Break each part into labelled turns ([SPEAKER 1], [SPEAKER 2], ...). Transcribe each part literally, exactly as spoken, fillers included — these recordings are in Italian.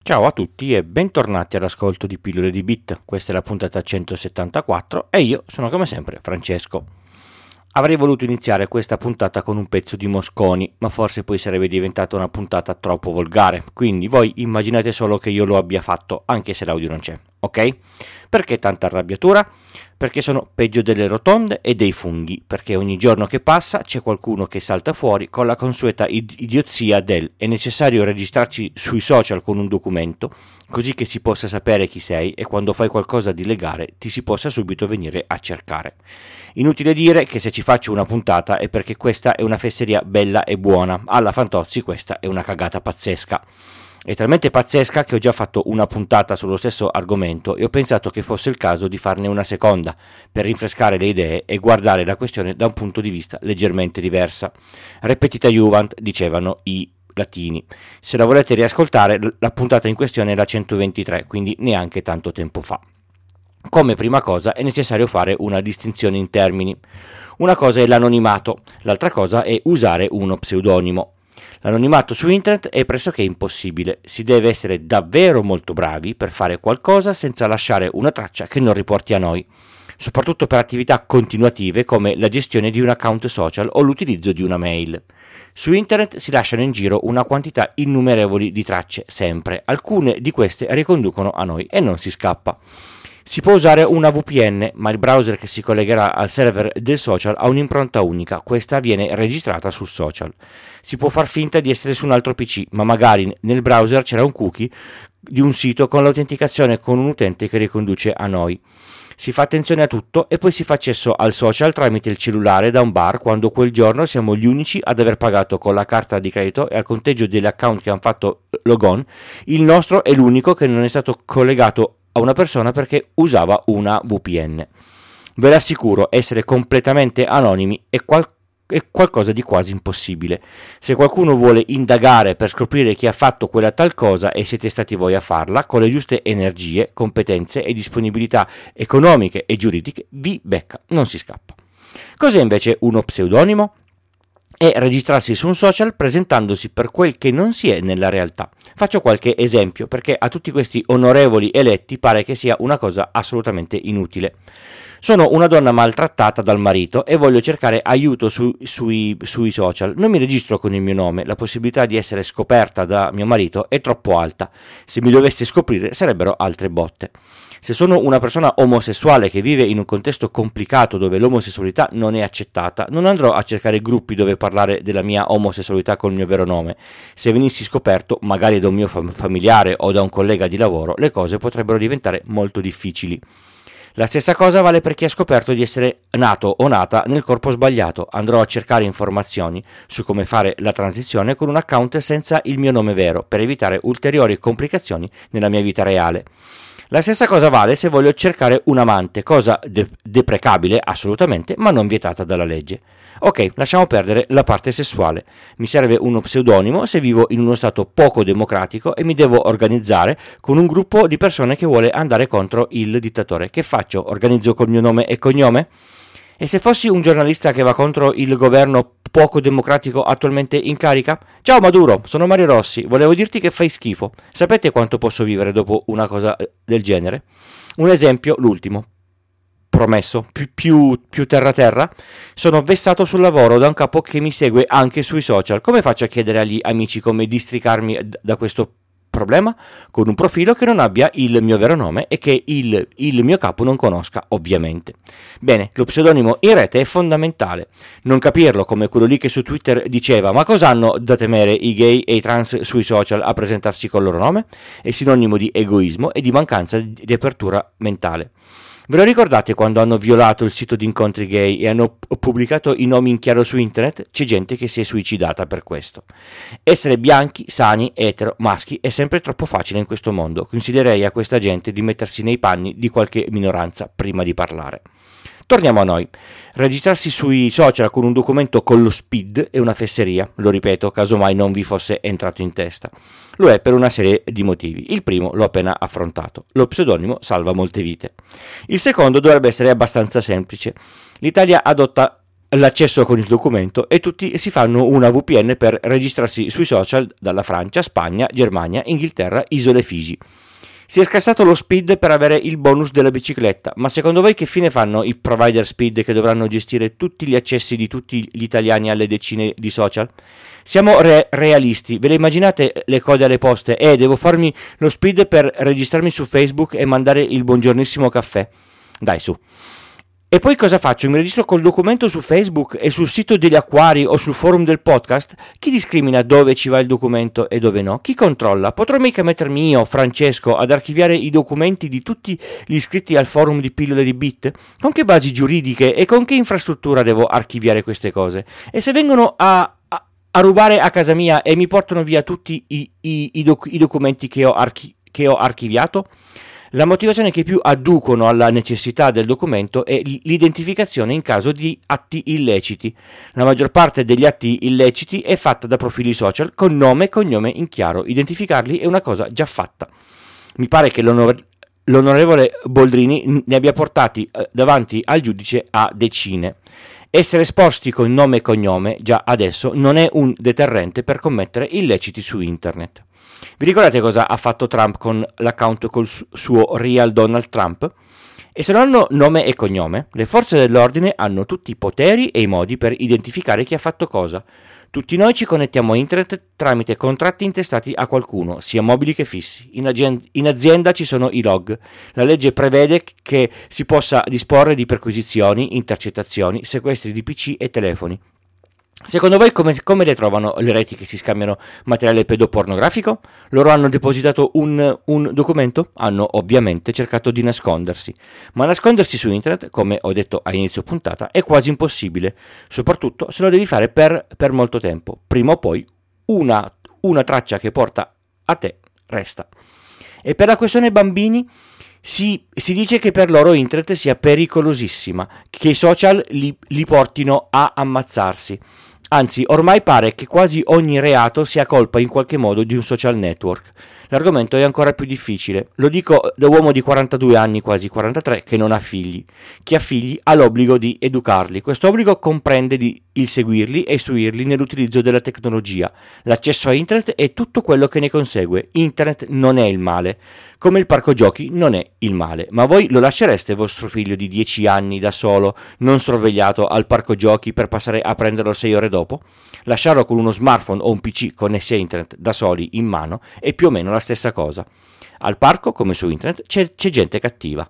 [SPEAKER 1] Ciao a tutti e bentornati all'ascolto di Pillole di Bit, questa è la puntata centosettantaquattro e io sono come sempre Francesco. Avrei voluto iniziare questa puntata con un pezzo di Mosconi, ma forse poi sarebbe diventata una puntata troppo volgare, quindi voi immaginate solo che io lo abbia fatto, anche se l'audio non c'è, ok? Perché tanta arrabbiatura? Perché sono peggio delle rotonde e dei funghi, perché ogni giorno che passa c'è qualcuno che salta fuori con la consueta id- idiozia del è necessario registrarci sui social con un documento, così che si possa sapere chi sei e quando fai qualcosa di legale ti si possa subito venire a cercare. Inutile dire che se ci faccio una puntata è perché questa è una fesseria bella e buona, alla Fantozzi questa è una cagata pazzesca. È talmente pazzesca che ho già fatto una puntata sullo stesso argomento e ho pensato che fosse il caso di farne una seconda, per rinfrescare le idee e guardare la questione da un punto di vista leggermente diversa. Repetita Juvent, dicevano i latini. Se la volete riascoltare, la puntata in questione è la centoventitré, quindi neanche tanto tempo fa. Come prima cosa è necessario fare una distinzione in termini. Una cosa è l'anonimato, l'altra cosa è usare uno pseudonimo. L'anonimato su internet è pressoché impossibile, si deve essere davvero molto bravi per fare qualcosa senza lasciare una traccia che non riporti a noi, soprattutto per attività continuative come la gestione di un account social o l'utilizzo di una mail. Su internet si lasciano in giro una quantità innumerevoli di tracce sempre, alcune di queste riconducono a noi e non si scappa. Si può usare una V P N, ma il browser che si collegherà al server del social ha un'impronta unica, questa viene registrata sul social. Si può far finta di essere su un altro P C, ma magari nel browser c'era un cookie di un sito con l'autenticazione con un utente che riconduce a noi. Si fa attenzione a tutto e poi si fa accesso al social tramite il cellulare da un bar quando quel giorno siamo gli unici ad aver pagato con la carta di credito e al conteggio degli account che hanno fatto logon, il nostro è l'unico che non è stato collegato a una persona perché usava una V P N. Ve l'assicuro, essere completamente anonimi è, qual- è qualcosa di quasi impossibile. Se qualcuno vuole indagare per scoprire chi ha fatto quella tal cosa e siete stati voi a farla, con le giuste energie, competenze e disponibilità economiche e giuridiche, vi becca, non si scappa. Cos'è invece uno pseudonimo? È registrarsi su un social presentandosi per quel che non si è nella realtà. Faccio qualche esempio perché a tutti questi onorevoli eletti pare che sia una cosa assolutamente inutile. Sono una donna maltrattata dal marito e voglio cercare aiuto su, sui, sui social. Non mi registro con il mio nome, la possibilità di essere scoperta da mio marito è troppo alta. Se mi dovesse scoprire sarebbero altre botte. Se sono una persona omosessuale che vive in un contesto complicato dove l'omosessualità non è accettata, non andrò a cercare gruppi dove parlare della mia omosessualità col mio vero nome. Se venissi scoperto, magari da un mio fam- familiare o da un collega di lavoro, le cose potrebbero diventare molto difficili. La stessa cosa vale per chi ha scoperto di essere nato o nata nel corpo sbagliato. Andrò a cercare informazioni su come fare la transizione con un account senza il mio nome vero, per evitare ulteriori complicazioni nella mia vita reale. La stessa cosa vale se voglio cercare un amante, cosa de- deprecabile assolutamente, ma non vietata dalla legge. Ok, lasciamo perdere la parte sessuale. Mi serve uno pseudonimo se vivo in uno stato poco democratico e mi devo organizzare con un gruppo di persone che vuole andare contro il dittatore. Che faccio? Organizzo col mio nome e cognome? E se fossi un giornalista che va contro il governo poco democratico attualmente in carica? Ciao Maduro, sono Mario Rossi, volevo dirti che fai schifo. Sapete quanto posso vivere dopo una cosa del genere? Un esempio, l'ultimo. Promesso, più, più, più terra terra. Sono vessato sul lavoro da un capo che mi segue anche sui social. Come faccio a chiedere agli amici come districarmi da questo problema? Con un profilo che non abbia il mio vero nome e che il, il mio capo non conosca, ovviamente. Bene, lo pseudonimo in rete è fondamentale. Non capirlo come quello lì che su Twitter diceva ma cosa hanno da temere i gay e i trans sui social a presentarsi col loro nome? È sinonimo di egoismo e di mancanza di apertura mentale. Ve lo ricordate quando hanno violato il sito di incontri gay e hanno pubblicato i nomi in chiaro su internet? C'è gente che si è suicidata per questo. Essere bianchi, sani, etero, maschi è sempre troppo facile in questo mondo. Consiglierei a questa gente di mettersi nei panni di qualche minoranza prima di parlare. Torniamo a noi. Registrarsi sui social con un documento con lo S P I D è una fesseria, lo ripeto, casomai non vi fosse entrato in testa. Lo è per una serie di motivi. Il primo l'ho appena affrontato. Lo pseudonimo salva molte vite. Il secondo dovrebbe essere abbastanza semplice. L'Italia adotta l'accesso con il documento e tutti si fanno una V P N per registrarsi sui social dalla Francia, Spagna, Germania, Inghilterra, Isole Figi. Si è scassato lo Speed per avere il bonus della bicicletta, ma secondo voi che fine fanno i provider Speed che dovranno gestire tutti gli accessi di tutti gli italiani alle decine di social? Siamo re- realisti, ve le immaginate le code alle poste? Eh, devo farmi lo Speed per registrarmi su Facebook e mandare il buongiornissimo caffè. Dai, su. E poi cosa faccio? Mi registro col documento su Facebook e sul sito degli acquari o sul forum del podcast? Chi discrimina dove ci va il documento e dove no? Chi controlla? Potrò mica mettermi io, Francesco, ad archiviare i documenti di tutti gli iscritti al forum di Pillole di Bit? Con che basi giuridiche e con che infrastruttura devo archiviare queste cose? E se vengono a, a, a rubare a casa mia e mi portano via tutti i, i, i, doc, i documenti che ho, archi, che ho archiviato? La motivazione che più adducono alla necessità del documento è l'identificazione in caso di atti illeciti. La maggior parte degli atti illeciti è fatta da profili social con nome e cognome in chiaro. Identificarli è una cosa già fatta. Mi pare che l'onore, l'onorevole Boldrini ne abbia portati davanti al giudice a decine. Essere esposti con nome e cognome già adesso non è un deterrente per commettere illeciti su internet. Vi ricordate cosa ha fatto Trump con l'account col suo Real Donald Trump? E se non hanno nome e cognome, le forze dell'ordine hanno tutti i poteri e i modi per identificare chi ha fatto cosa. Tutti noi ci connettiamo a internet tramite contratti intestati a qualcuno, sia mobili che fissi. In, azienda, in azienda ci sono i log. La legge prevede che si possa disporre di perquisizioni, intercettazioni, sequestri di P C e telefoni. Secondo voi come, come le trovano le reti che si scambiano materiale pedopornografico? Loro hanno depositato un, un documento? Hanno ovviamente cercato di nascondersi, ma nascondersi su internet, come ho detto a inizio puntata, è quasi impossibile, soprattutto se lo devi fare per, per molto tempo. Prima o poi una, una traccia che porta a te resta. E per la questione bambini, Si, si dice che per loro internet sia pericolosissima, che i social li, li portino a ammazzarsi. Anzi, ormai pare che quasi ogni reato sia colpa in qualche modo di un social network. L'argomento è ancora più difficile. Lo dico da uomo di quarantadue anni, quasi quarantatré, che non ha figli. Chi ha figli ha l'obbligo di educarli. Questo obbligo comprende di, il seguirli e istruirli nell'utilizzo della tecnologia, l'accesso a internet e tutto quello che ne consegue. Internet non è il male, come il parco giochi non è il male. Ma voi lo lascereste vostro figlio di dieci anni da solo, non sorvegliato, al parco giochi per passare a prenderlo sei ore dopo? Lasciarlo con uno smartphone o un P C connessi a internet da soli in mano è più o meno la stessa cosa. Al parco, come su internet, c'è, c'è gente cattiva.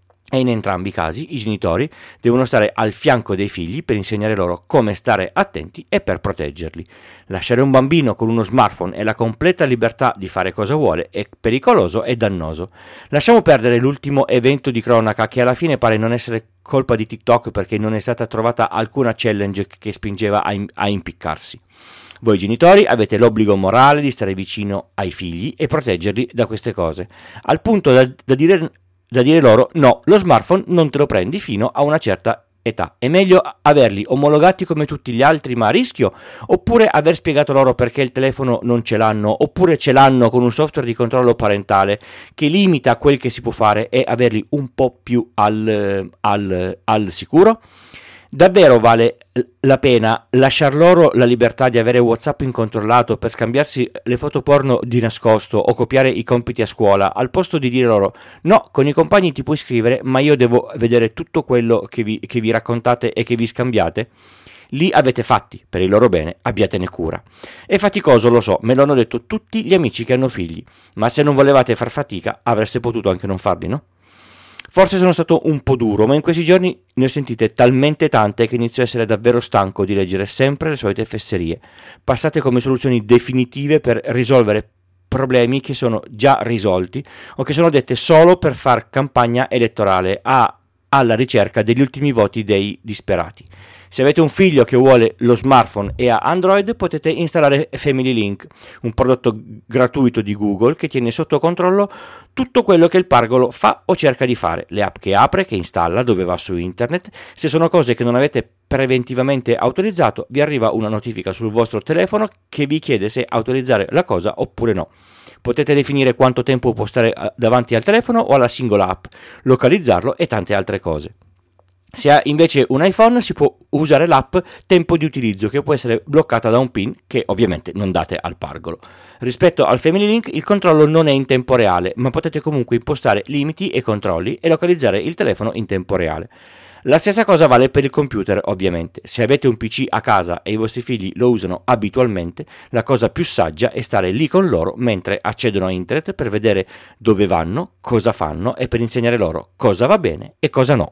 [SPEAKER 1] E in entrambi i casi i genitori devono stare al fianco dei figli per insegnare loro come stare attenti e per proteggerli. Lasciare un bambino con uno smartphone e la completa libertà di fare cosa vuole è pericoloso e dannoso. Lasciamo perdere l'ultimo evento di cronaca che alla fine pare non essere colpa di TikTok perché non è stata trovata alcuna challenge che spingeva a, in- a impiccarsi. Voi genitori avete l'obbligo morale di stare vicino ai figli e proteggerli da queste cose, al punto da, da dire... da dire loro no, lo smartphone non te lo prendi fino a una certa età. È meglio averli omologati come tutti gli altri ma a rischio, oppure aver spiegato loro perché il telefono non ce l'hanno, oppure ce l'hanno con un software di controllo parentale che limita quel che si può fare e averli un po' più al, al, al sicuro. Davvero vale la pena lasciar loro la libertà di avere WhatsApp incontrollato per scambiarsi le foto porno di nascosto o copiare i compiti a scuola, al posto di dire loro no, con i compagni ti puoi scrivere ma io devo vedere tutto quello che vi, che vi raccontate e che vi scambiate? Li avete fatti, per il loro bene, abbiatene cura. È faticoso, lo so, me lo hanno detto tutti gli amici che hanno figli, ma se non volevate far fatica avreste potuto anche non farli, no? Forse sono stato un po' duro, ma in questi giorni ne ho sentite talmente tante che inizio a essere davvero stanco di leggere sempre le solite fesserie, passate come soluzioni definitive per risolvere problemi che sono già risolti o che sono dette solo per far campagna elettorale a, alla ricerca degli ultimi voti dei disperati. Se avete un figlio che vuole lo smartphone e ha Android, potete installare Family Link, un prodotto gratuito di Google che tiene sotto controllo tutto quello che il pargolo fa o cerca di fare, le app che apre, che installa, dove va su internet. Se sono cose che non avete preventivamente autorizzato, vi arriva una notifica sul vostro telefono che vi chiede se autorizzare la cosa oppure no. Potete definire quanto tempo può stare davanti al telefono o alla singola app, localizzarlo e tante altre cose. Se ha invece un iPhone si può usare l'app tempo di utilizzo, che può essere bloccata da un PIN che ovviamente non date al pargolo. Rispetto al Family Link il controllo non è in tempo reale, ma potete comunque impostare limiti e controlli e localizzare il telefono in tempo reale. La stessa cosa vale per il computer, ovviamente. Se avete un P C a casa e i vostri figli lo usano abitualmente, la cosa più saggia è stare lì con loro mentre accedono a internet per vedere dove vanno, cosa fanno e per insegnare loro cosa va bene e cosa no.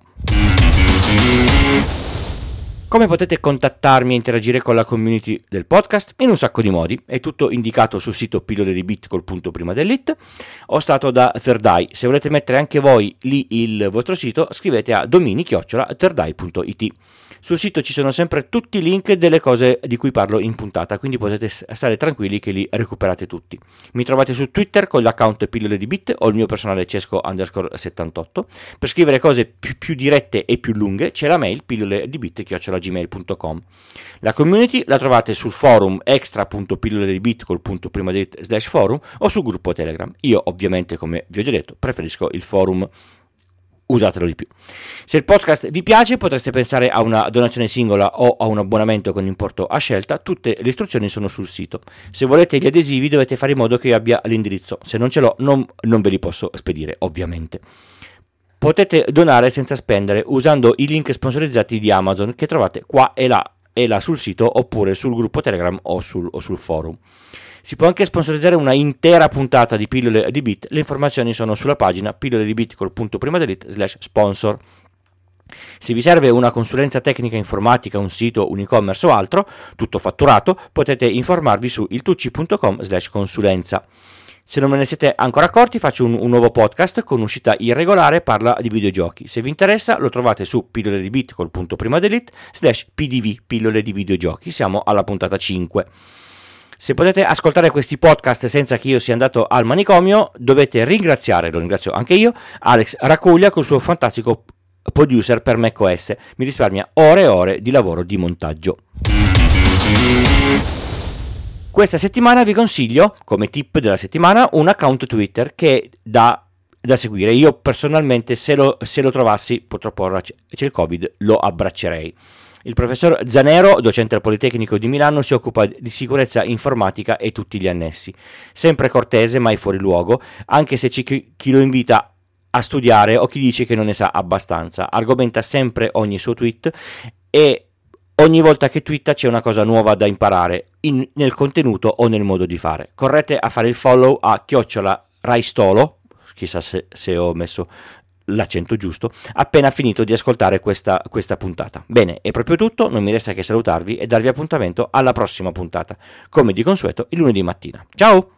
[SPEAKER 1] Come potete contattarmi e interagire con la community del podcast? In un sacco di modi, è tutto indicato sul sito pillole di bit col punto prima dell'it o stato da Third Eye. Se volete mettere anche voi lì il vostro sito, scrivete a domini chiocciola thirdeye punto it. Sul sito ci sono sempre tutti i link delle cose di cui parlo in puntata, quindi potete stare tranquilli che li recuperate tutti. Mi trovate su Twitter con l'account pillole di bit o il mio personale cesco underscore settantotto. Per scrivere cose più, più dirette e più lunghe c'è la mail pillole di bit chiocciola gmail punto com. La community la trovate sul forum extra punto pillole di bit col punto prima di slash forum o sul gruppo Telegram. Io ovviamente, come vi ho già detto, preferisco il forum. Usatelo di più. Se il podcast vi piace potreste pensare a una donazione singola o a un abbonamento con importo a scelta. Tutte le istruzioni sono sul sito. Se volete gli adesivi dovete fare in modo che io abbia l'indirizzo, se non ce l'ho non, non ve li posso spedire, ovviamente. Potete donare senza spendere usando i link sponsorizzati di Amazon che trovate qua e là e là sul sito oppure sul gruppo Telegram o sul, o sul forum. Si può anche sponsorizzare una intera puntata di Pillole di Bit, le informazioni sono sulla pagina pillole di bit col punto prima dell'it slash sponsor. Se vi serve una consulenza tecnica informatica, un sito, un e-commerce o altro, tutto fatturato, potete informarvi su iltucci punto com slash consulenza. Se non ve ne siete ancora accorti, faccio un, un nuovo podcast con uscita irregolare, parla di videogiochi. Se vi interessa lo trovate su pillole di bit col punto prima dell'it slash pdv, pillole di videogiochi. Siamo alla puntata cinque. Se potete ascoltare questi podcast senza che io sia andato al manicomio, dovete ringraziare, lo ringrazio anche io, Alex Racuglia col suo fantastico producer per macOS. Mi risparmia ore e ore di lavoro di montaggio. Questa settimana vi consiglio, come tip della settimana, un account Twitter che è da, da seguire. Io personalmente, se lo, se lo trovassi, purtroppo ora c'è il Covid, lo abbraccerei. Il professor Zanero, docente al Politecnico di Milano, si occupa di sicurezza informatica e tutti gli annessi. Sempre cortese, mai fuori luogo, anche se c'è chi, chi lo invita a studiare o chi dice che non ne sa abbastanza. Argomenta sempre ogni suo tweet e ogni volta che twitta c'è una cosa nuova da imparare in, nel contenuto o nel modo di fare. Correte a fare il follow a chiocciola Raistolo, chissà se, se ho messo l'accento giusto, appena finito di ascoltare questa, questa puntata. Bene, è proprio tutto, non mi resta che salutarvi e darvi appuntamento alla prossima puntata, come di consueto il lunedì mattina. Ciao!